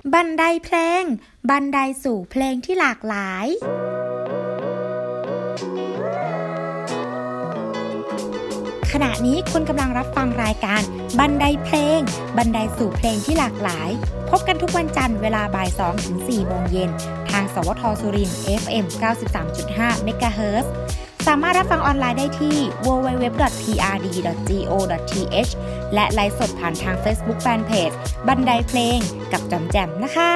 บันไดเพลงบันไดสู่เพลงที่หลากหลายขณะนี้คุณกำลังรับฟังรายการบันไดเพลงบันไดสู่เพลงที่หลากหลายพบกันทุกวันจันทร์เวลาบ่าย 2 ถึง 4 โมงเย็นทางสวทสุรินทร์ FM 93.5 MHz สามารถรับฟังออนไลน์ได้ที่ www.prd.go.th และไลฟ์สดผ่านทาง Facebook Fanpage บันไดเพลงกับจอมแจ่มนะคะ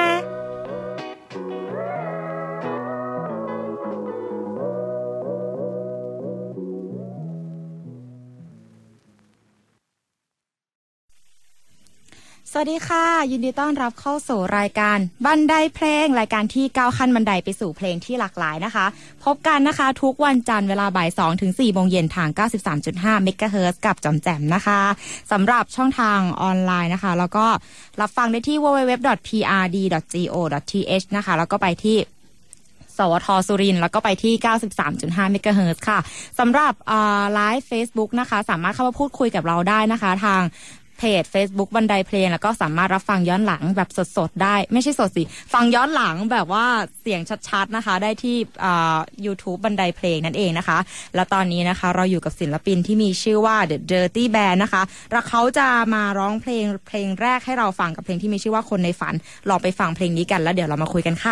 สวัสดีค่ะยินดีต้อนรับเข้าสู่รายการบันไดเพลงรายการที่ก้าวขั้นบันไดไปสู่เพลงที่หลากหลายนะคะพบกันนะคะทุกวันจันทร์เวลาบ่าย 2 ถึง 4 โมงเย็นทาง 93.5 MHz กับจอมแจ่มนะคะสำหรับช่องทางออนไลน์นะคะแล้วก็รับฟังได้ที่ www.prd.go.th นะคะแล้วก็ไปที่สวทสุรินทร์แล้วก็ไปที่ 93.5 MHz ค่ะสำหรับไลฟ์ Facebook นะคะสามารถเข้ามาพูดคุยกับเราได้นะคะทางเพจ Facebook บันไดเพลงแล้วก็สามารถรับฟังย้อนหลังแบบสดๆได้ไม่ใช่สดสิฟังย้อนหลังแบบว่าเสียงชัดๆนะคะได้ที่YouTube บันไดเพลงนั่นเองนะคะแล้วตอนนี้นะคะเราอยู่กับศิลปินที่มีชื่อว่า The Dirty Band นะคะแล้วเขาจะมาร้องเพลงแรกให้เราฟังกับเพลงที่มีชื่อว่าคนในฝันลองไปฟังเพลงนี้กันแล้วเดี๋ยวเรามาคุยกันค่ะ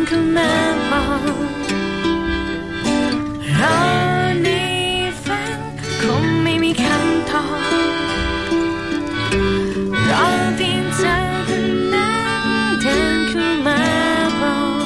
เข้ามาบอกรอในฝันคงไม่มีคำตอบรอเพียงเธอคนนั้นเดินเข้ามาบอก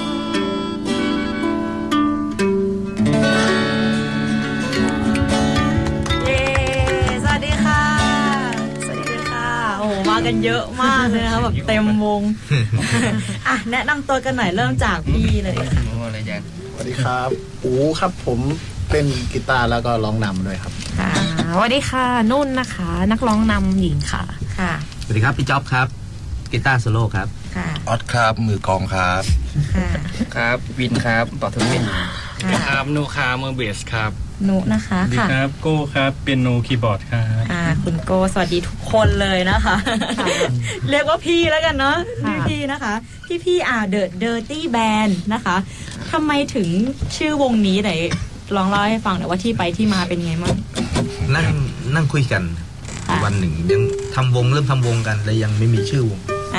เย้สวัสดีค่ะสวัสดีค่ะโอ้มากันเยอะมากเลยนะคะแบบเต็มวงอ่ะแนะนำตัวกันหน่อยเริ่มจากพี่เลยค่ะสวัสดีครับอูครับผมเล่นกีตาร์แล้วก็ร้องนำด้วยครับค่ะสวัสดีค่ะนุ่นนะคะนักร้องนำหญิงค่ะค่ะสวัสดีครับพี่จ๊อบครับกีตาร์โซโล่ครับค่ะออสครับมือกลองครับค่ะครับวินครับต่อทุกวินครับโนคามือเบสครับนุนะคะค่ะครับโก้ครับเปียโนคีย์บอร์ดครับคุณโก้สวัสดีทุกคนเลยนะคะเรียกว่าพี่แล้วกันเนาะพี่นะคะพี่Dirty Band นะคะทำไมถึงชื่อวงนี้ไหนลองเล่าให้ฟังหน่อยว่าที่ไปที่มาเป็นไงมั่งนั่งคุยกันวันหนึ่งยังเริ่มทำวงกันแต่ยังไม่มีชื่อวง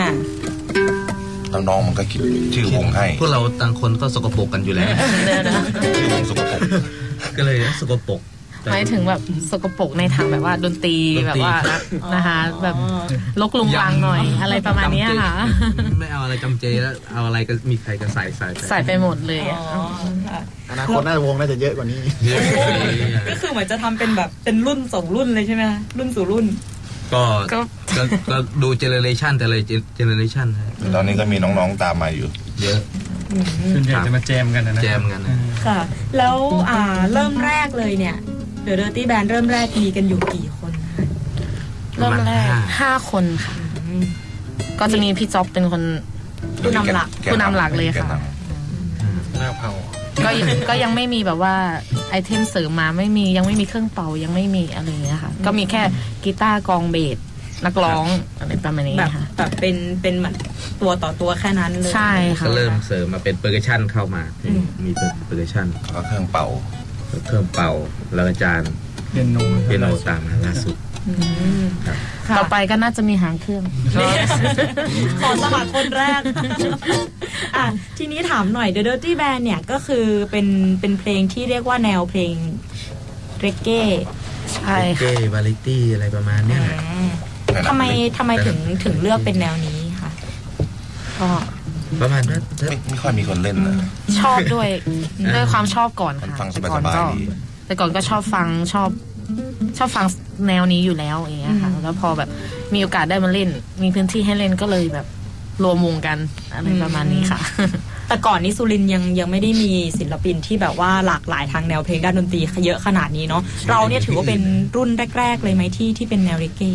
น้องๆมันก็คิดชื่อวงให้พวกเราต่างคนก็สกปรกกันอยู่แล้วชื่อวงสกปรกก็เลยสกปรกหมายถึงแบบสกปรกในทางแบบว่าดนตรีแบบว่านะคะแบบลกลุงลังหน่อยอะไรประมาณนี้ค่ะไม่เอาอะไรจำเจแล้วเอาอะไรก็มีใครก็ใส่ไปหมดเลยอนาคตน่าจะวงน่าจะเยอะกว่านี้ก็คือเหมือนจะทำเป็นแบบเป็นรุ่นส่งรุ่นเลยใช่ไหมคะรุ่นสู่รุ่นก็ดูเจเนอเรชันแต่เลยเจเนอเรชันตอนนี้ก็มีน้องๆตามมาอยู่เยอะส่วนใหญ่จะมาแจมกันนะแจมกันค่ะแล้วเริ่มแรกเลยเนี่ย The Dirty Band เริ่มแรกมีกันอยู่กี่คนคะเริ่มแรก5 คนค่ะก็จะมีพี่จ๊อบเป็นคนผู้นำหลักเลยค่ะหน้าเผาก็ยังไม่มีแบบว่าไอเทมเสริมมายังไม่มีเครื่องเป่ายังไม่มีอะไรอย่างเงี้ยค่ะก็มีแค่กีตาร์กลองเบสนักร้องอะไรประมาณนี้ค่ะแบบเป็นเหมือนตัวต่อตัวแค่นั้นเลยใช่ค่ะก็เริ่มเสริมมาเป็นเปอร์คัชชั่นเข้ามามีเปอร์คัชชั่นแล้วก็เครื่องเป่าแล้วอาจารย์เปียโนตามมาล่าสุดต่อไปก็น่าจะมีหางเครื่องขอสมัครคนแรกทีนี้ถามหน่อย The Dirty Band เนี่ยก็คือเป็นเพลงที่เรียกว่าแนวเพลงเรเก้ใช่เก้วาไรตี้อะไรประมาณนี้ทำไมถึงเลือกเป็นแนวนี้ค่ะก็ประมาณนั้นไม่ค่อยมีคนเล่นนะชอบด้วยความชอบก่อนค่ะแต่ก่อนก็ชอบฟังแนวนี้อยู่แล้วอย่างเงี้ยค่ะแล้วพอแบบมีโอกาสได้มาเล่นมีพื้นที่ให้เล่นก็เลยแบบรวมวงกันอะไรประมาณนี้ค่ะแต่ก่อนนี้สุรินทร์ยังไม่ได้มีศิลปินที่แบบว่าหลากหลายทางแนวเพลงด้านดนตรีเยอะขนาดนี้เนาะเราเนี่ยถือว่าเป็นรุ่นแรกๆเลยไหมที่เป็นแนวเรเก้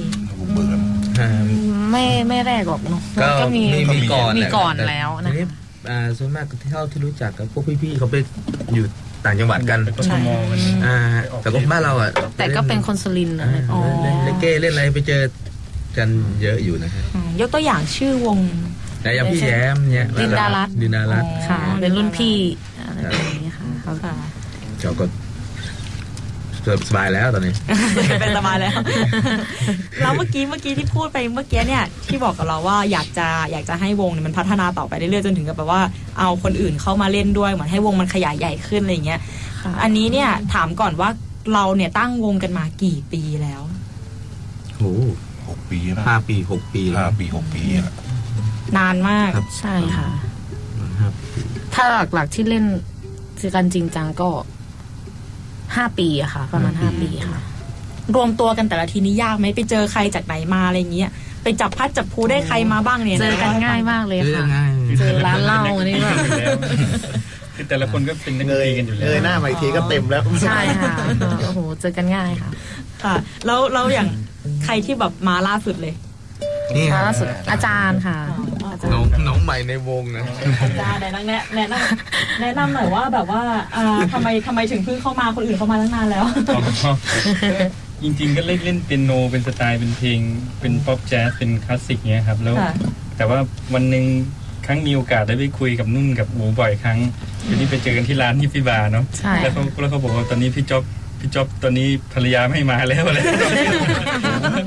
ไม่แรกหรอกเนาะก็มีก่อนแล้วนะส่วนมากเท่าที่รู้จักกับพวกพี่ๆเขาไปอยู่ต่างจังหวัดกันแต่ก็บ้านเราแต่ก็เป็นคนสุรินทร์อะไรเรเก้เล่นอะไรไปเจอกันเยอะอยู่นะฮะยกตัวอย่างชื่อวงแต่อย่างพี่แย้มเนี่ยดินดารัตค่ะเป็นรุ่นพี่อะไรอย่างนี้ค่ะเขาก็สบายแล้วตอนนี้เป็นสบายแล้วแล้วเมื่อกี้ที่พูดไปเมื่อกี้เนี่ยที่บอกกับเราว่าอยากจะให้วงเนี่ยมันพัฒนาต่อไปเรื่อยๆจนถึงกับแบบว่าเอาคนอื่นเข้ามาเล่นด้วยเหมือนให้วงมันขยายใหญ่ขึ้นอะไรอย่างเงี้ยอันนี้เนี่ยถามก่อนว่าเราเนี่ยตั้งวงกันมากี่ปีแล้วโอ้ 6 ปีนะ 5 ปี 6 ปี 6 ปีนานมากใช่ค่ะถ้าหลักๆที่เล่นกันจริงจังก็5 ปีอะค่ะประมาณ5 ปีค่ะรวมตัวกันแต่ละทีนี้ยากไหมไปเจอใครจากไหนมาอะไรเงี้ยไปจับพัดจับผูได้ใครมาบ้างเนี่ยเจอกันง่ายมากเลยค่ะเจอร้านเหล้านี่แบบคือแต่ละคนก็เป็นนักดนตรีกันอยู่แล้วหน้ามาอีกทีก็เต็มแล้วใช่ค่ะโอ้โหเจอกันง่ายค่ะค่ะแล้วอย่างใครที่แบบมาล่าสุดเลยนี่ล่าสุดอาจารย์ค่ะน้องใหม่ในวงนะอาจารย์แนะนำหน่อยว่าแบบว่าทำไมถึงเพิ่งเข้ามาคนอื่นเข้ามาตั้งนานแล้วจริงๆก็เล่นเปียโนเป็นสไตล์เป็นเพลงเป็นป๊อปแจ๊สเป็นคลาสสิกเงี้ยครับแล้วแต่ว่าวันนึงครั้งมีโอกาสได้ไปคุยกับนุ่นกับอูบ่อยครั้งทีนี้ไปเจอกันที่ร้านที่พี่บาเนาะแล้วเขาบอกว่าตอนนี้พี่จ๊อบตอนนี้ภรรยาไม่มาแล้วอะไร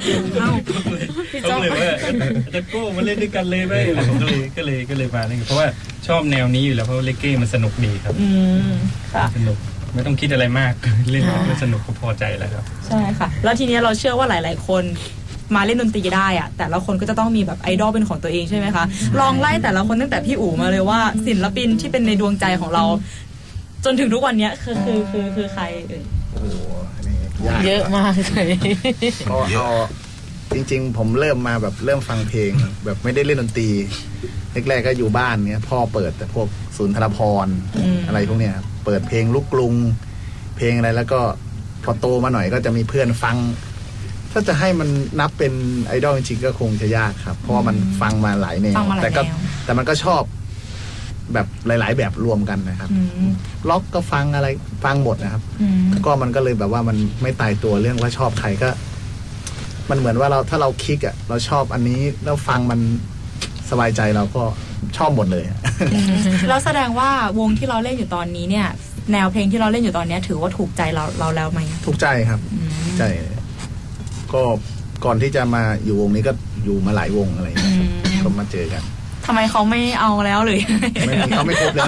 เขาเลยว่าจะโก้มาเล่นด้วยกันเลยไหมผมก็เลยมาเล่นเพราะว่าชอบแนวนี้อยู่แล้วเพราะเลเก้มันสนุกดีครับสนุกไม่ต้องคิดอะไรมากเล่นแล้วสนุกก็พอใจแล้วครับใช่ค่ะแล้วทีนี้เราเชื่อว่าหลายๆคนมาเล่นดนตรีได้อะแต่ละคนก็จะต้องมีแบบไอดอลเป็นของตัวเองใช่ไหมคะลองไล่แต่ละคนตั้งแต่พี่อู๋มาเลยว่าศิลปินที่เป็นในดวงใจของเราจนถึงทุกวันนี้คือใครโอ้ยเยอะมากเลยก็จริงๆผมเริ่มมาแบบเริ่มฟังเพลงแบบไม่ได้เล่นดนตรีแรกๆก็อยู่บ้านเนี้ยพ่อเปิดแต่พวกศูนย์ธนพรอะไรพวกเนี้ยเปิดเพลงลูกกรุงเพลงอะไรแล้วก็พอโตมาหน่อยก็จะมีเพื่อนฟังถ้าจะให้มันนับเป็นไอดอลจริงๆก็คงจะยากครับเพราะว่ามันฟังมาหลายแนวแต่มันก็ชอบแบบหลายๆแบบรวมกันนะครับล็อกก็ฟังอะไรฟังหมดนะครับก็มันก็เลยแบบว่ามันไม่ตายตัวเรื่องว่าชอบใครก็มันเหมือนว่าเราถ้าเราคลิกอ่ะเราชอบอันนี้แล้วฟังมันสบายใจเราก็ชอบหมดเลยแล้วแสดงว่าวงที่เราเล่นอยู่ตอนนี้เนี่ยแนวเพลงที่เราเล่นอยู่ตอนนี้ถือว่าถูกใจเราแล้วไหมถูกใจครับใจก็ก่อนที่จะมาอยู่วงนี้ก็อยู่มาหลายวงอะไรก็มาเจอกันทำไมเขาไม่เอาแล้วเลยไม่เขาไม่ครบแล้ว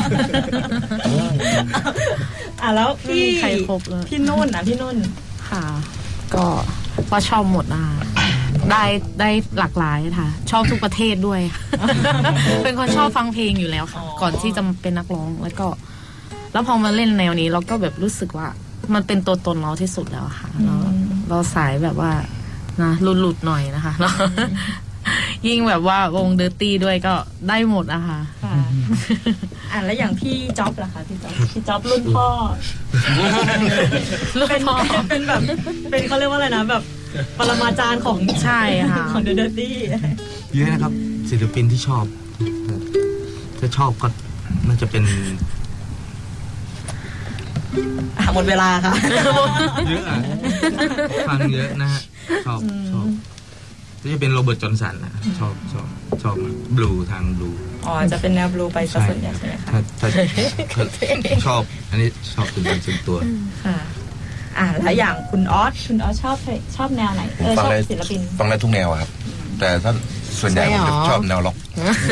แล้วพี่ใครครบเลยพี่นุ่นพี่นุ่นค่ะก็ชอบหมดได้หลากหลายค่ะชอบทุกประเทศด้วยเป็นคนชอบฟังเพลงอยู่แล้วค่ะก่อนที่จะเป็นนักร้องแล้วพอมาเล่นแนวนี้เราก็แบบรู้สึกว่ามันเป็นตัวตนเราที่สุดแล้วค่ะเราสายแบบว่านะหลุดหน่อยนะคะยิ่งแบบว่าวงเดอร์ตี้ด้วยก็ได้หมดอะค่ะแล้วอย่างพี่จ๊อบล่ะคะพี่จ๊อบรุ่นพ่อเป็นแบบเป็นเขาเรียกว่าอะไรนะแบบปรมาจารย์ของใช่ค่ะของเดอร์ตี้เยอะนะครับศิลปินที่ชอบถ้าชอบก็มันจะเป็นหมดเวลาค่ะเยอะฟังเยอะนะฮะชอบจะเป็นโรเบิร์ตจอห์นสันนะชอบบลูทางบลูจะเป็นแนวบลูไปซะส่วนใหญ่ใช่ไหมคะชอบอันนี้ชอบเป็นการส่วนตัวแล้วอย่างคุณออสชอบแนวไหนชอบศิลปินฟังได้ทุกแนวครับแต่ถ้าส่วนใหญ่ผมจะชอบแนวล็อก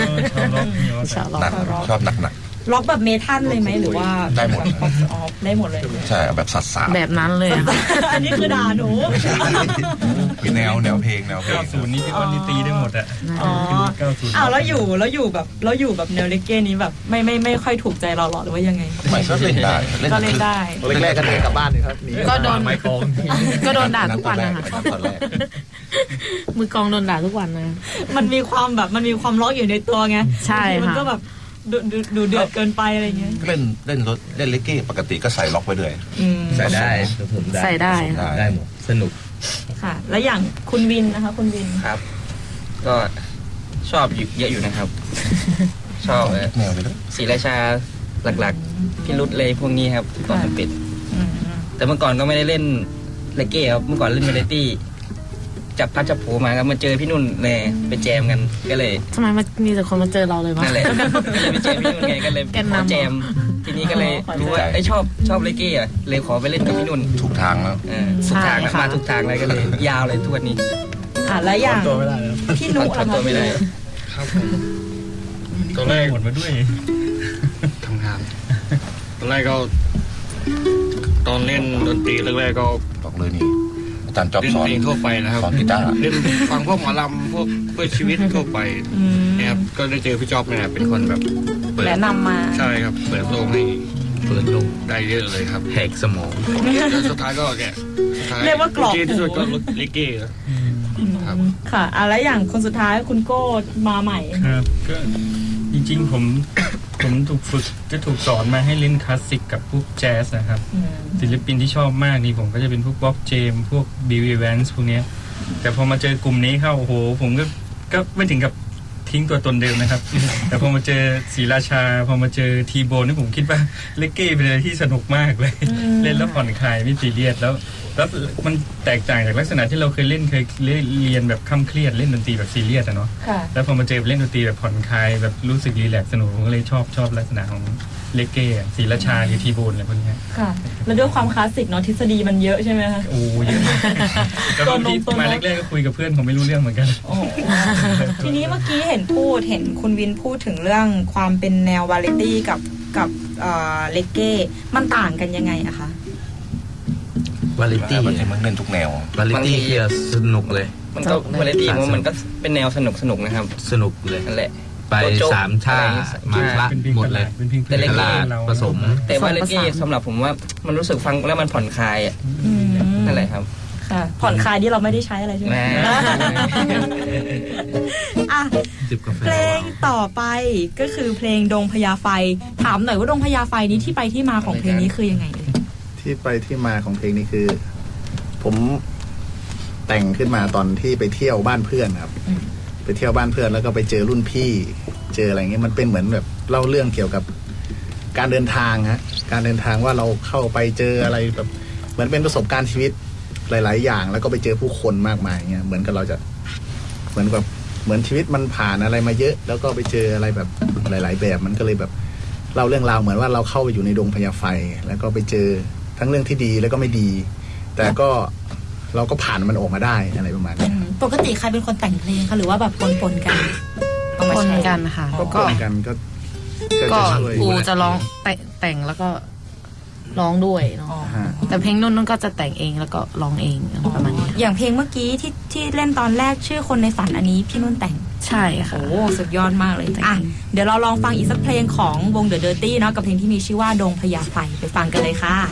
ชอบหนักล็อกแบบเมทัลเลยไหมหรือว่าได้หมดได้หมดเลยใช่แบบสัสๆแบบนั้นเลยอันนี้คือด่าหนูมีแนวเพลง 90นี่พี่อ้อนนี่ตีได้หมดอ่ะแล้วอยู่แบบแนวเลเก้นี้แบบไม่ค่อยถูกใจเราหรอหรือว่ายังไงไม่ก็เล่นได้ก็เล่นได้แรกๆก็เดินกลับบ้านเลยครับก็โดนไม้กองก็โดนด่าทุกวันนะคะมือกองโดนด่าทุกวันนะมันมีความล็อกอยู่ในตัวไงใช่มันก็แบบดูเดือดเกินไปอะไรเงี้ยเล่นเลเก้ปกติก็ใส่ล็อกไปด้วยใส่ได้ใส่ได้หมดสนุกค่ะแล้วอย่างคุณวินนะคะคุณวินครับก็ชอบเยอะอยู่นะครับชอบศรีราชาหลักๆพี่รุดเลยพวกนี้ครับตอนเป็นแต่เมื่อก่อนก็ไม่ได้เล่นเลเก้ครับเมื่อก่อนเล่นเมโลดี้จับพัดจับผูมาครับมาเจอพี่นุ่นเลยไปแจมกันก็เลยทำไมมันมีแต่คนมาเจอเราเลยวะนั่นแหละไปเจอพี่นุ่นไงก็เลยขอแจมทีนี้ก็เลยรู้ว่าชอบเลเก้อะเลยขอไปเล่นกับพี่นุ่นถูกทางแล้วถูกทางมาถูกทางเลยก็เลยยาวเลยทุกวันนี้แล้วอย่างพี่นุ่นตัวไม่ได้ครับตัวแรกหมดมาด้วยทำงานตัวแรกก็ตอนเล่นดนตรีแรกๆก็บอกเลยนี่อาจารย์จ๊อบสอนทั่วไปนะครับสอนกีตาร์เล่นฟังพวกหมอลำพวกเพื่อชีวิตทั่วไปนะครับก็ได้เจอพี่จ๊อบเนี่ยเป็นคนแบบแนะนำมาใช่ครับเปิดโลกให้เปิดโลกได้เยอะเลยครับแหกสมองแล้วสุดท้ายก็แกเรียกว่ากรอบที่สุดก็ลิเก้ครับค่ะแล้วอย่างคนสุดท้ายคุณโก้มาใหม่ครับก็จริงๆผมถูกฝึกจะถูกสอนมาให้เล่นคลาสสิกกับพวกแจ๊สนะครับศิลปินที่ชอบมากนี่ผมก็จะเป็นพวกบ๊อบเจมส์พวกบิล อีแวนส์พวกนี้แต่พอมาเจอกลุ่มนี้เข้าโอ้โหผมก็ไม่ถึงกับทิ้งตัวตนเดิมนะครับแต่พอมาเจอศรีราชาพอมาเจอทีโบนนี่ผมคิดว่าเลเก้เป็นอะไรที่สนุกมากเลยเล่นแล้วผ่อนคลายไม่ซีเรียสแล้วมันแตกต่างจากลักษณะที่เราเคยเรียนแบบค่ำเครียดเล่นดนตรีแบบซีเรียสอะเนาะแล้วพอมาเจอเล่นดนตรีแบบผ่อนคลายแบบรู้สึกรีแลกซ์สนุกผมก็เลยชอบลักษณะของเลเก้ศรีราชาหรือทีบูนอะไรพวกนี้ค่ะแล้วด้วยความคลาสสิกเนาะทฤษฎีมันเยอะใช่ไหมคะโอ้เยอะก็ตอนที่มาแรกๆก็คุยกับเพื่อนผมไม่รู้เรื่องเหมือนกันทีนี้เมื่อกี้เห็นคุณวินพูดถึงเรื่องความเป็นแนววาไรตี้กับเลเก้มันต่างกันยังไงอะคะวาไรตี้มันเล่นทุกแนววาไรตี้คือสนุกเลยมันก็วาไรตี้มันก็เป็นแนวสนุกนะครับสนุกเลยนั่นแหละไป3ท่ามาละหมดเลยแต่เลเก้ผสมแต่ว่าเลเก้สำหรับผมว่ามันรู้สึกฟังแล้วมันผ่อนคลายอ่ะนั่นแหละครับค่ะผ่อนคลายที่เราไม่ได้ใช้อะไรใช่ไหมอ่ะเพลงต่อไปก็คือเพลงดงพญาไฟถามหน่อยว่าดงพญาไฟนี้ที่ไปที่มาของเพลงนี้คือยังไงที่ไปที่มาของเพลงนี้คือผมแต่งขึ้นมาตอนที่ไปเที่ยวบ้านเพื่อนครับไปเที่ยวบ้านเพื่อนแล้วก็ไปเจอรุ่นพี่เจออะไรเงี้ยมันเป็นเหมือนแบบเล่าเรื่องเกี่ยวกับการเดินทางฮะการเดินทางว่าเราเข้าไปเจออะไรแบบเหมือนเป็นประสบการณ์ชีวิตหลายๆอย่างแล้วก็ไปเจอผู้คนมากมายเงี้ยเหมือนกับเราจะเหมือนชีวิตมันผ่านอะไรมาเยอะแล้วก็ไปเจออะไรแบบหลายๆแบบมันก็เลยแบบเล่าเรื่องราวเหมือนว่าเราเข้าไปอยู่ในดงพญาไฟแล้วก็ไปเจอทั้งเรื่องที่ดีแล้วก็ไม่ดีแต่ก็เราก็ผ่านมันออกมาได้อะไรประมาณนี้ปกติใครเป็นคนแต่งเพลงคะหรือว่าแบบปนกันปนกันค่ะก็ปนกันก็ครูจะร้องแต่งแล้วก็ร้องด้วยเนาะแต่เพลงนุ่นก็จะแต่งเองแล้วก็ร้องเองประมาณนี้อย่างเพลงเมื่อกี้ที่เล่นตอนแรกชื่อคนในฝันอันนี้พี่นุ่นแต่งใช่ค่ะโอ้สุดยอดมากเลยอ่ะเดี๋ยวเราลองฟังอีกสักเพลงของวง The Dirty เนาะกับเพลงที่มีชื่อว่าดงพญาไฟไปฟังกันเลยค่ะ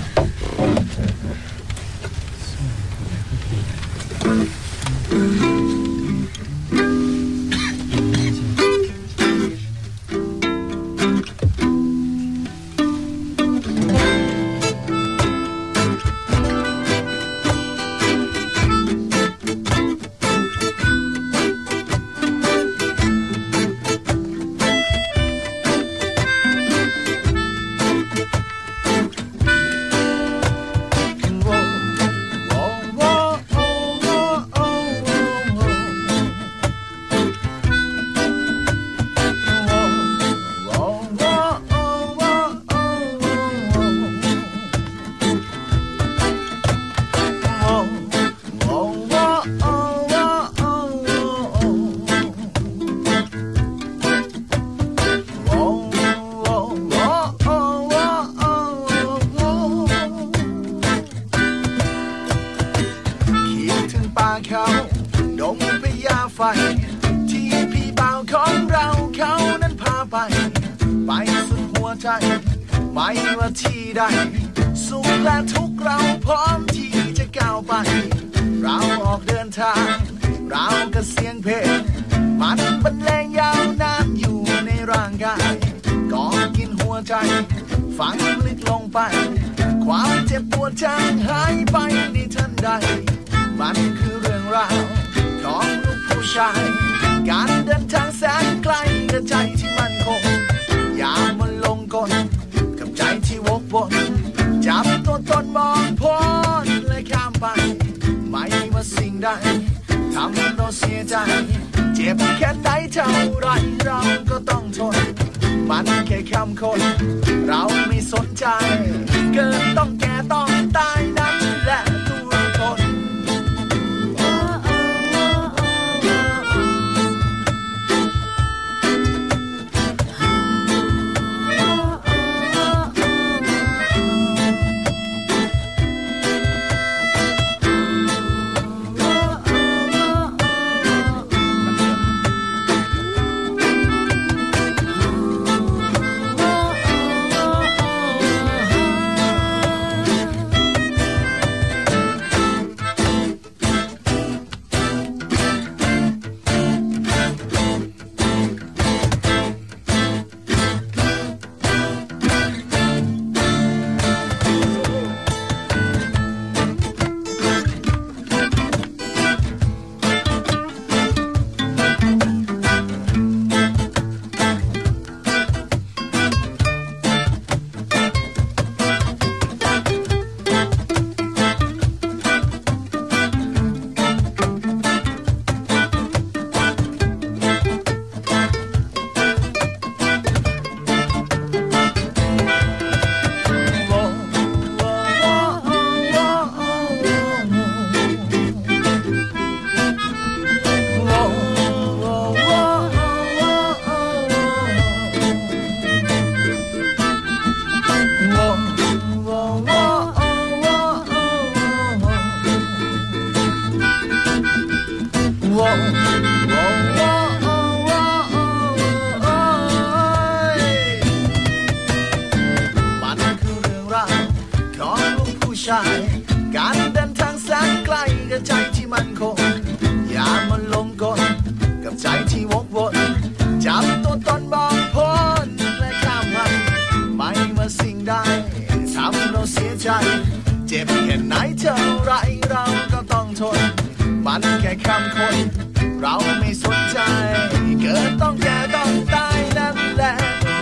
ใจการเดินทางแสนไกลกับใจที่มันคงอย่ามันลงกลกับใจที่วกวนจับตัวตนมองพ้นและข้ามมันไม่ว่าสิ่งใดทำเราเสียใจเจ็บแค่ไหนเท่าไรเราก็ต้องทนมันแค่คำคนเราไม่สนใจเกิดต้องแก่ต้องตายนั่นแหละ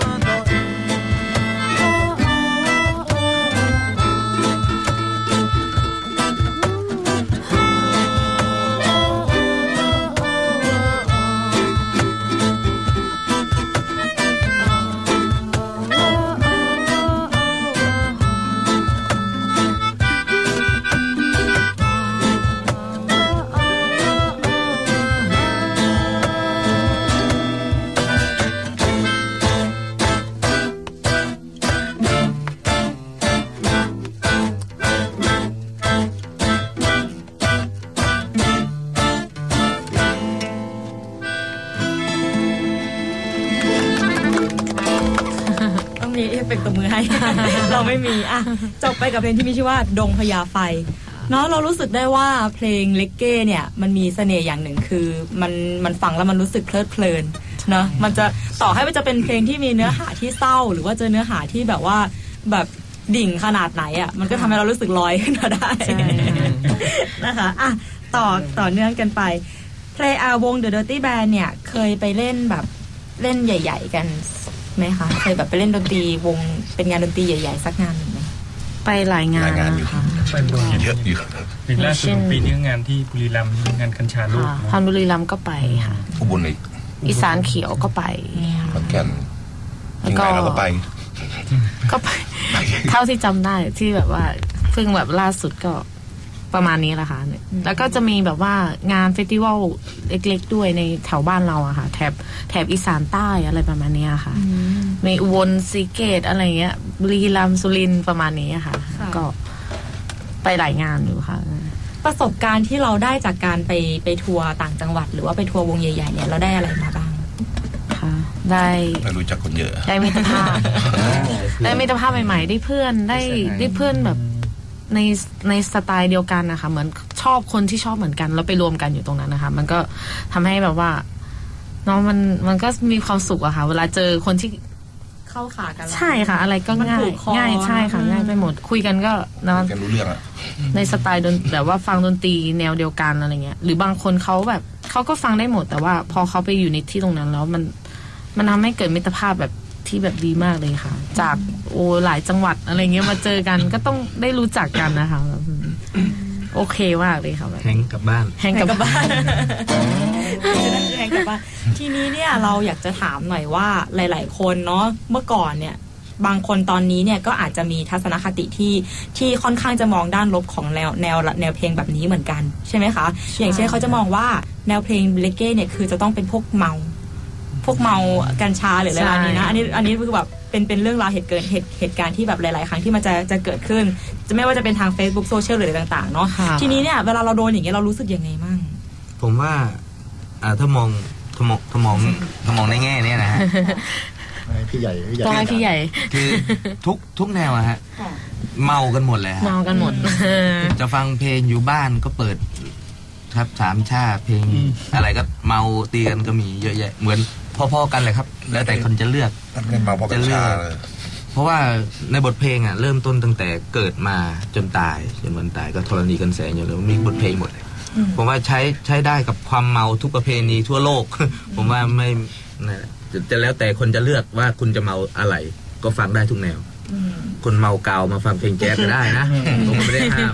เป็นตัวมือให้ เราไม่มีอ่ะจบไปกับเพลงที่มีชื่อว่าดงพญาไฟเนาะเรารู้สึกได้ว่าเพลงเลกเก้เนี่ยมันมีเสน่ห์อย่างหนึ่งคือมันฟังแล้วมันรู้สึกเพลิดเพลินเนาะมันจะต่อให้มันจะเป็นเพลงที่มีเนื้อหาที่เศร้าหรือว่าเจอเนื้อหาที่แบบว่าแบบดิ่งขนาดไหนอ่ะมันก็ทำให้เรารู้สึกลอยขึ้นมาได้ นะคะอ่ะต่อเนื่องกันไปเพลงวง The Dirty Band เนี่ยเคยไปเล่นแบบเล่นใหญ่ๆกันไหมคะเคยแบบไปเล่นดนตรีวงเป็นงานดนตรีใหญ่ๆสักงานหนึ่งไหมไปหลายงานนะคะไปบ่อยเยอะอยู่ปีล่าสุดปีนี้งานที่บุรีรัมย์งานกัญชาลูกทางบุรีรัมย์ก็ไปค่ะอุบลอีกอีสานเขียวก็ไปขอนแก่นยังไงเราก็ไปเท่าที่จำได้ที่แบบว่าเพิ่งแบบล่าสุดก็ประมาณนี้แหละค่ะแล้วก็จะมีแบบว่างานเฟสติวัลเล็กๆด้วยในแถวบ้านเราอะค่ะแถบอีสานใต้อะไรประมาณนี้ค่ะมีอุบลศรีเกตอะไรเงี้ยบุรีรัมย์สุรินทร์ประมาณนี้ค่ะก็ไปหลายงานอยู่ค่ะประสบการณ์ที่เราได้จากการไปทัวร์ต่างจังหวัดหรือว่าไปทัวร์วงใหญ่ๆเนี่ยเราได้อะไรมาบ้างค่ะได้รู้จักคนเยอะได้มิตรภาพได้มิตรภาพใหม่ๆได้เพื่อนได้เพื่อนแบบในสไตล์เดียวกันนะคะเหมือนชอบคนที่ชอบเหมือนกันแล้วไปรวมกันอยู่ตรงนั้นนะคะมันก็ทำให้แบบว่าน้องมันก็มีความสุขอะค่ะเวลาเจอคนที่เข้าขากันใช่ค่ะอะไรก็ง่ายใช่ค่ะง่ายไปหมดคุยกันก็นอนกันรู้เรื่องอะในสไตล์แบบว่าฟังดนตรีแนวเดียวกันอะไรเงี้ยหรือบางคนเขาแบบเขาก็ฟังได้หมดแต่ว่าพอเขาไปอยู่ในที่ตรงนั้นแล้วมันทำให้เกิดมิตรภาพแบบที่แบบดีมากเลยค่ะจากหลายจังหวัดอะไรเงี้ยมาเจอกันก็ต้องได้รู้จักกันนะคะโอเคมากเลยค่ะแฮงกลับบ้านแฮงกลับบ้านแฮงกลับบ้านทีนี้เนี่ยเราอยากจะถามหน่อยว่าหลายๆคนเนาะเมื่อก่อนเนี่ยบางคนตอนนี้เนี่ยก็อาจจะมีทัศนคติที่ค่อนข้างจะมองด้านลบของแนวเพลงแบบนี้เหมือนกันใช่ไหมคะอย่างเช่นเขาจะมองว่าแนวเพลงเลเก้เนี่ยคือจะต้องเป็นพวกเมากัญชาหรืออะไรแบบนี้นะอันนี้คือแบบเป็นเรื่องราวเหตุการณ์ที่แบบหลายๆครั้งที่มันจะเกิดขึ้นจะไม่ว่าจะเป็นทาง Facebook โซเชียลหรืออะไรต่างๆเนาะทีนี้เนี่ยเวลาเราโดนอย่างเงี้ยเรารู้สึกยังไงบ้างผมว่าถ้ามองในแง่นี้นะฮะพี่ใหญ่คือทุกแนวอะฮะเมากันหมดเลยฮะเมากันหมดจะฟังเพลงอยู่บ้านก็เปิดครับสามชาเพลงอะไรก็เมาตีกันก็มีเยอะแยะเหมือนพ่อๆกันเลยครับแล้วแต่คนจะเลือกจะเลือกเพราะว่าในบทเพลงอ่ะเริ่มต้นตั้งแต่เกิดมาจนตายจนวันตายก็ธรณีกันแสงอยู่แล้วมีบทเพลงหมดผมว่าใช้ได้กับความเมาทุกประเพณีทั่วโลก ผมว่าไม่จะแล้วแต่คนจะเลือกว่าคุณจะเมาอะไรก็ฟังได้ทุกแนวคนเมากาวมาฟังเพลงแจ๊สก็ได้นะผมไม่ได้ห้าม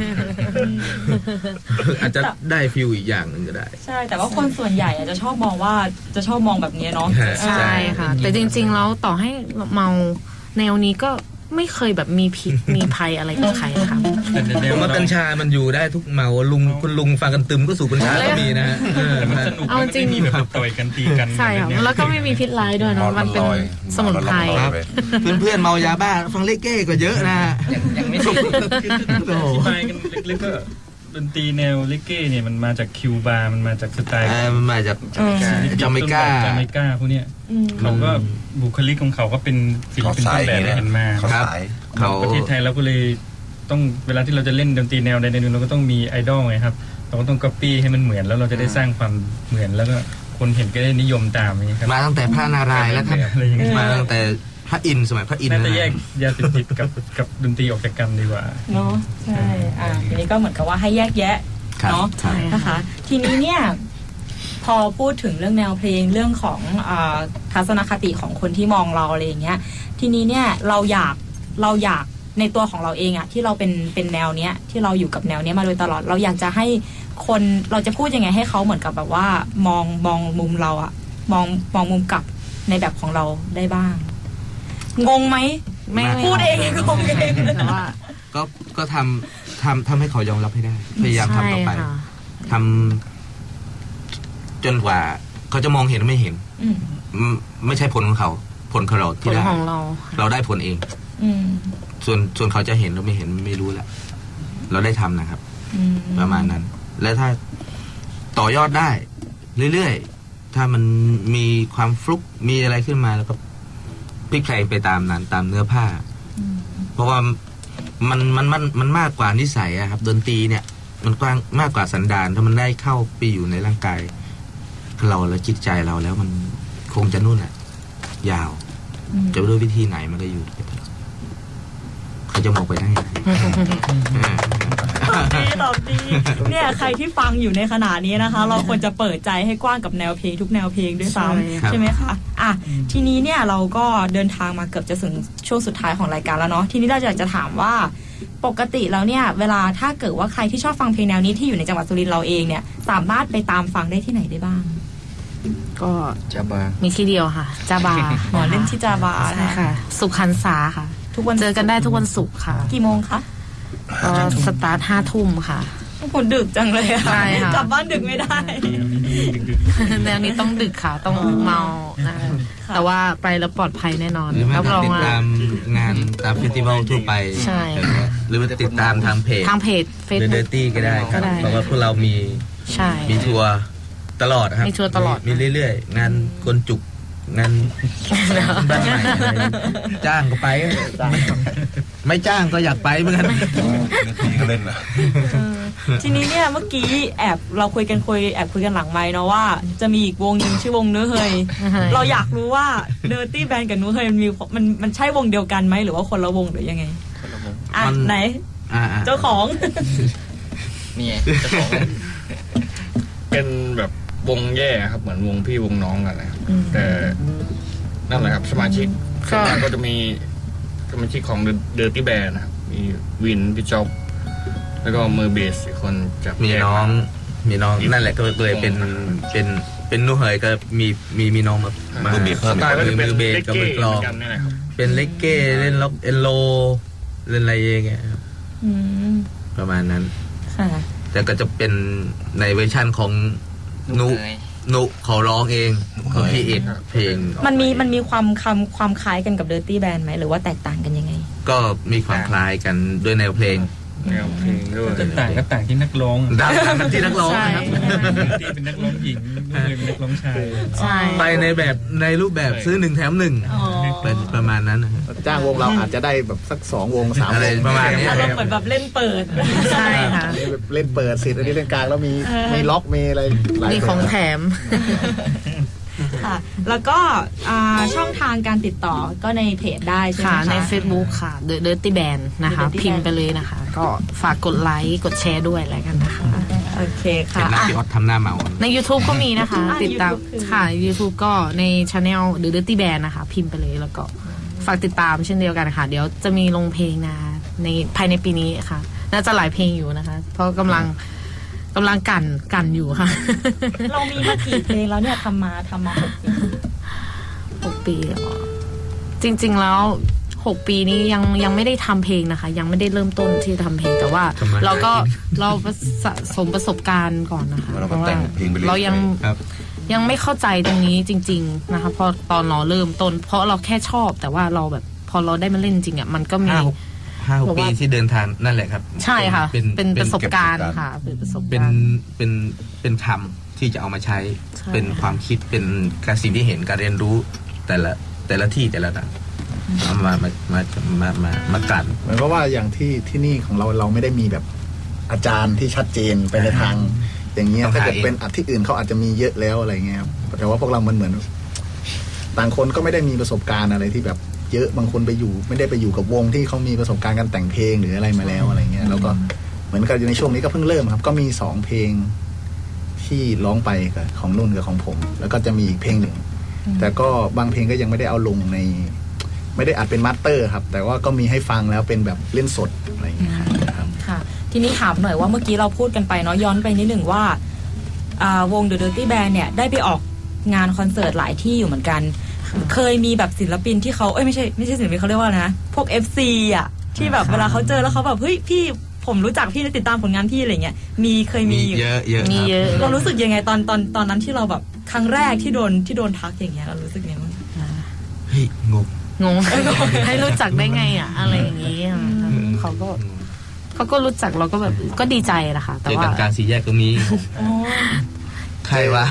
อาจจะได้ฟิลอีกอย่างนึงก็ได้ใช่แต่ว่าคนส่วนใหญ่จะชอบมองแบบนี้เนาะใช่ค่ะแต่จริงๆแล้วต่อให้เมาแนวนี้ก็ไม่เคยแบบมีพิษมีภัยอะไรกับใครค่ะผมว่ากัญชามันอยู่ได้ทุกเมาคุณลุงฟังกันตึมก็สูบกัญชาก็มีนะเอาจริงมีแบบต่อยกันตีกันใช่ค่ะแล้วก็ไม่มีพิษร้ายด้วยเนาะมันเป็นสมุนไพรเพื่อนเมายาบ้าฟังเลเก้ก็เยอะนะยังไม่ถูกที่ไปกันเล็กๆก็ดนตรีแนวเลเก้เนี่ยมันมาจากคิวบามันมาจากสไตล์มันมาจากจาเมกาพวกเนี้ยเขาก็บุคลิกของเขาก็เป็นศิลปินต้นแบบเห็นมาครับประเทศไทยเราก็เลยต้องเวลาที่เราจะเล่นดนตรีแนวใดแนวหนึ่งเราก็ต้องมีไอดอลไงครับเราก็ต้องก๊อปปี้ให้มันเหมือนแล้วเราจะได้สร้างความเหมือนแล้วก็คนเห็นก็ได้นิยมตามอย่างนี้ครับมาตั้งแต่พระนารายณ์แล้วครับมาตั้งแต่พระอินทร์สมัยพระอินทร์น่าจะแยกยาเสพติดกับดนตรีออกจากกันดีกว่าเนาะใช่ทีนี้ก็เหมือนกับว่าให้แยกแยะเนาะนะคะทีนี้เนี่ยพอพูดถึงเรื่องแนวเพลงเรื่องของทัศนคติของคนที่มองเราอะไรอย่างเงี้ยทีนี้เนี่ยเราอยากในตัวของเราเองอะที่เราเป็นแนวเนี้ยที่เราอยู่กับแนวเนี้ยมาโดยตลอดเราอยากจะให้คนเราจะพูดยังไงให้เขาเหมือนกับแบบว่ามองมุมเราอะมองมุมกลับในแบบของเราได้บ้างงงไหมไม่พูดเองงงเองแต่ว่าก็ทำให้เขายอมรับให้ได้พยายามทำต่อไปทำจนกว่าเขาจะมองเห็นหรือไม่เห็นไม่ใช่ผลของเขาผลของเราที่ได้เราได้ผลเองส่วนเขาจะเห็นหรือไม่เห็นไม่รู้แหละเราได้ทำนะครับประมาณนั้นแล้วถ้าต่อยอดได้เรื่อยๆถ้ามันมีความฟลุกมีอะไรขึ้นมาแล้วก็พลิกแพลงไปตามนั้นตามเนื้อผ้าเพราะว่ามันมากกว่านิสัยอะครับดนตรีเนี่ยมันกว้างมากกว่าสันดานถ้ามันได้เข้าไปอยู่ในร่างกายเราและจิตใจเราแล้วมันคงจะนู่นอะยาวจะด้วยวิธีไหนมันก็อยู่เขาจะมองไปได้ตอบดีเนี่ยใครที่ฟังอยู่ในขณะนี้นะคะเราควรจะเปิดใจให้กว้างกับแนวเพลงทุกแนวเพลงด้วยซ้ำใช่ไหมคะทีนี้เนี่ยเราก็เดินทางมาเกือบจะถึงช่วงสุดท้ายของรายการแล้วเนาะทีนี้เราอยากจะถามว่าปกติแล้วเนี่ยเวลาถ้าเกิดว่าใครที่ชอบฟังเพลงแนวนี้ที่อยู่ในจังหวัดสุรินทร์เราเองเนี่ยสามารถไปตามฟังได้ที่ไหนได้บ้างก็จาบามีที่เดียวค่ะจาบาเล่นที่จาบาใช่ค่ะสุขันษาค่ะทุกวันเจอกันได้ทุกวันศุกร์ค่ะกี่โมงคะก็สตาร์ท 5:00 นค่ะคนดึกจังเลยค่ะใช่ค่ะกลับบ้านดึกไม่ได้แนวนี้ต้องดึกค่ะต้องเมานะแต่ว่าไปแล้วปลอดภัยแน่นอนรับรองว่าติดตามงานตามเฟสติวัลทั่วไปใช่หรือว่าติดตามทางเพจ Facebook เดอร์ตี้ก็ได้ครับเพราะว่าพวกเรามีทัวร์ตลอดครับมีทัวร์ตลอดมีเรื่อยๆงานกลจุกงานบ้านใหม่จ้างก็ไปไม่จ้างก็อยากไปเหมือนกันก็เล่นนะทีนี้เนี่ยเมื่อกี้เราคุยกันหลังไมค์เนาะว่าจะมีอีกวงนึงชื่อวงเนื้อเฮยเราอยากรู้ว่าเดอร์ตี้แบนด์กับเนื้อเฮยมันใช่วงเดียวกันไหมหรือว่าคนละวงหรือยังไงไหนเจ้าของนี่เจ้าของเป็นแบบวงแย่ครับเหมือนวงพี่วงน้องกันนะครับแต่นั่นแหละครับสมาชิกก็จะมีสมาชิกของเดอร์ตี้แบนด์นะครับมีวินพี่จ๊อบแล้วก็มือเบสอีกคนจากมีน้องนั่นแหละก็เลยเป็นนู่เฮยก็มีน้องมามือเบสมือเบสกับมือกลองเป็นเล็กเก้เล่นล็อกเอโลเล่นอะไรอย่างเงี้ยประมาณนั้นแต่ก็จะเป็นในเวอร์ชั่นของนุเขาร้องเองเขาพี่เอกเพลงมันมีความคล้ายกันกับ Dirty Band ไหมหรือว่าแตกต่างกันยังไงก็มีความคล้ายกันด้วยแนวเพลงด้วยต่างที่นักร้องต่างกันที่นักร้องครับที่เป็นนักร้องหญิงเป็นนักร้องชายไปในรูปแบบซื้อ1 แถม 1เป็นประมาณนั้นจ้างวงเราอาจจะได้แบบสัก2 วง 3 วงประมาณนี้เหมือนแบบเล่นเปิดใช่ค่ะเล่นเปิดสิอันนี้เล่นกลางแล้วมีล็อกมีอะไรมีของแถมค่ะแล้วก็ช่องทางการติดต่อก็ในเพจได้ใช่ไหมคะใน Facebook ค่ะ The Dirty Band นะคะพิมพ์ไปเลยนะคะก็ฝากกดไลค์กดแชร์ด้วยอะไรกันนะคะโอเคค่ะเป็นหน้าพี่ออดทำหน้าเมาใน YouTube ก็มีนะคะติดตามค่ะ YouTube ก็ใน Channel The Dirty Band นะคะพิมพ์ไปเลยแล้วก็ฝากติดตามเช่นเดียวกันค่ะเดี๋ยวจะมีลงเพลงนะในภายในปีนี้ค่ะน่าจะหลายเพลงอยู่นะคะเพราะกำลังกันอยู่ค่ะเรามีมากี่เพลงแล้วเนี่ยทำมา 6 ปีแล้วจริงๆแล้ว6 ปีนี้ยังไม่ได้ทำเพลงนะคะยังไม่ได้เริ่มต้นที่จะทำเพลงแต่ว่าเราสะสมประสบการณ์ก่อนนะคะเพราะว่าเรายังไม่เข้าใจตรงนี้จริงๆนะคะพอตอนเราเริ่มต้นเพราะเราแค่ชอบแต่ว่าเราแบบพอเราได้มาเล่นจริงอ่ะมันก็มี 5-6 ปีที่เดินทางนั่นแหละครับใช่ค่ะเป็นประสบการณ์ค่ะเป็นประสบการณ์เป็นคำที่จะเอามาใช้เป็นความคิดเป็นการสิ่งที่เห็นการเรียนรู้แต่ละที่แต่ละมากันเหมือนกับว่าอย่างที่นี่ของเราไม่ได้มีแบบอาจารย์ที่ชัดเจนไปในทางอย่างเงี้ยถ้าเกิดเป็นที่อื่นเขาอาจจะมีเยอะแล้วอะไรเงี้ยครับแต่ว่าพวกเรามันเหมือนต่างคนก็ไม่ได้มีประสบการณ์อะไรที่แบบเยอะบางคนไม่ได้ไปอยู่กับวงที่เขามีประสบการณ์การแต่งเพลงหรืออะไรมาแล้วอะไรเงี้ยแล้วก็เหมือนกับในช่วงนี้ก็เพิ่งเริ่มครับก็มี2เพลงที่ร้องไปกับของนุ่นกับของผมแล้วก็จะมีอีกเพลงหนึ่งแต่ก็บางเพลงก็ยังไม่ได้เอาลงในไม่ได้อัดเป็นมาสเตอร์ครับแต่ว่าก็มีให้ฟังแล้วเป็นแบบเล่นสดอะไรอย่างเงี้ยครับค่ะทีนี้ถามหน่อยว่าเมื่อกี้เราพูดกันไปเนาะย้อนไปนิดหนึ่งว่าวง The Dirty Band เนี่ยได้ไปออกงานคอนเสิร์ตหลายที่อยู่เหมือนกันเคยมีแบบศิลปินที่เขาไม่ใช่ศิลปินเขาเรียกว่านะพวก FC อ่ะที่แบบเวลาเขาเจอแล้วเขาแบบเฮ้ยพี่ผมรู้จักพี่ติดตามผลงานพี่อะไรเงี้ยเคยมีเยอะมีเยอะเรารู้สึกยังไงตอนนั้นที่เราแบบครั้งแรกที่โดนทักอย่างเงี้ยเรารู้สึกยังไงบ้างเฮ้ยงงให้รู้จักได้ไงอ่ะอะไรอย่างงี้เขาก็รู้จักเราก็แบบก็ดีใจนะคะแต่ว่าเจอกันกลางสี่แยกตรงนี้ใครวะ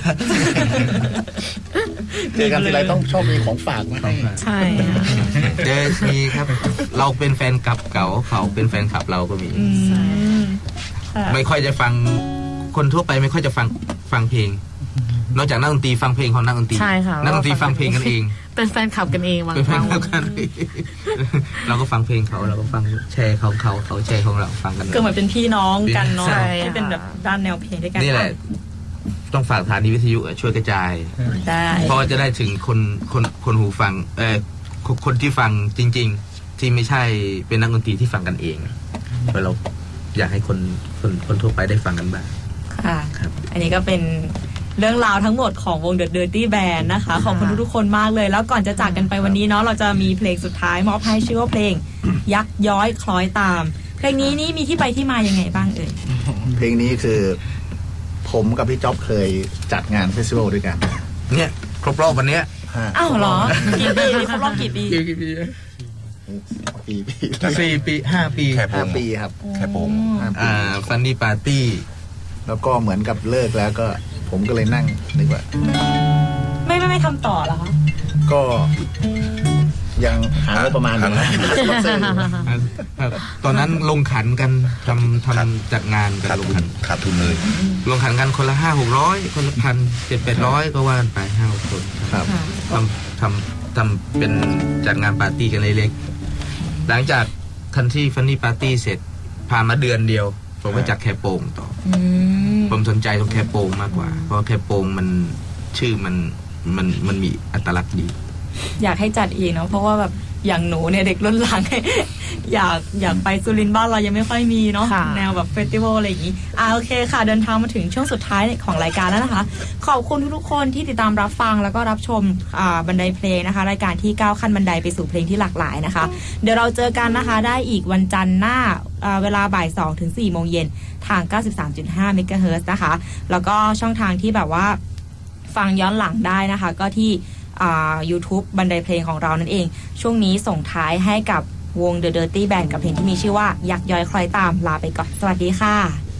เจอกันทีไรต้องชอบมีของฝากมาให้ใช่เจอมีครับเราเป็นแฟนคลับเก่าเขาเป็นแฟนคลับเราก็มีไม่ค่อยจะฟังคนทั่วไปไม่ค่อยจะฟังเพลงนอกจากนักดนตรีฟังเพลงของนักดนตรีใช่ค่ะนักดนตรีฟังเพลงกันเองเป็นแฟนคลับกันเองเป็นแฟนคลับกันเราก็ฟังเพลงเขาเราก็ฟังแชร์เขาแชร์ของเราฟังกันก็เหมือนเป็นพี่น้องกันเนาะที่เป็นแบบด้านแนวเพลงด้วยกันนี่แหละต้องฝากสถานีวิทยุช่วยกระจายได้เพราะจะได้ถึงคนหูฟังคนที่ฟังจริงๆที่ไม่ใช่เป็นนักดนตรีที่ฟังกันเองเพราะเราอยากให้คนทั่วไปได้ฟังกันบ้างค่ะอันนี้ก็เป็นเรื่องราวทั้งหมดของวง The Dirty Band นะคะขอบคุณทุกคนมากเลยแล้วก่อนจะจากกันไปวันนี้เนาะเราจะมีเพลงสุดท้ายมอบให้ชื่อว่าเพลงยักย้อยคล้อยตามเพลงนี้นี่มีที่ไปที่มายังไงบ้างเพลงนี้คือผมกับพี่จ๊อบเคยจัดงานเฟสติวัลด้วยกันเนี่ยครบรอบวันนี้อ้าวเหรอกี่ปีครบรอบกี่ปี 4 ปี5 ปี 5 ปีครับแค่โป่งฟันดี้ปาร์ตี้แล้วก็เหมือนกับเลิกแล้วก็ผมก็เลยนั่งนึกว่าไม่ทำต่อเหรอคะก็ยังหาประมาณนึงนะตอนนั้นลงขันกันทำจัดงานกันขาดทุนเลยลงขันกันคนละ500-600คนละ1,000-700-800ก็ว่ากันไป5-6 คนครับทำเป็นจัดงานปาร์ตี้กันเล็กๆหลังจากทันที่ฟันนี่ปาร์ตี้เสร็จผ่านมาเดือนเดียวผมไปจัดแคโปงต่อผมสนใจตรงแคโปงมากกว่าเพราะแคโปงมันชื่อมันมีอัตลักษณ์ดีอยากให้จัดอีกเนาะเพราะว่าแบบอย่างหนูเนี่ยเด็กรุ่นหลัง อยากไปสุรินทร์บ้านเรายังไม่ค่อยมีเนาะแนวแบบเฟสติวัลอะไรอย่างนี้โอเคค่ะเดินทางมาถึงช่วงสุดท้ายของรายการแล้วนะคะขอบคุณทุกๆคนที่ติดตามรับฟังแล้วก็รับชมบันไดเพลงนะคะรายการที่ก้าวขั้นบันไดไปสู่เพลงที่หลากหลายนะคะเดี๋ยวเราเจอกันนะคะได้อีกวันจันทร์หน้าเวลาบ่าย 2 ถึง 4 โมงเย็นทาง 93.5 เมกะเฮิรตซ์นะคะแล้วก็ช่องทางที่แบบว่าฟังย้อนหลังได้นะคะก็ที่YouTube บันไดเพลงของเรานั่นเองช่วงนี้ส่งท้ายให้กับวง The Dirty Band กับเพลงที่มีชื่อว่ายักย้อยคล้อยตามลาไปก่อนสวัสดีค่ะ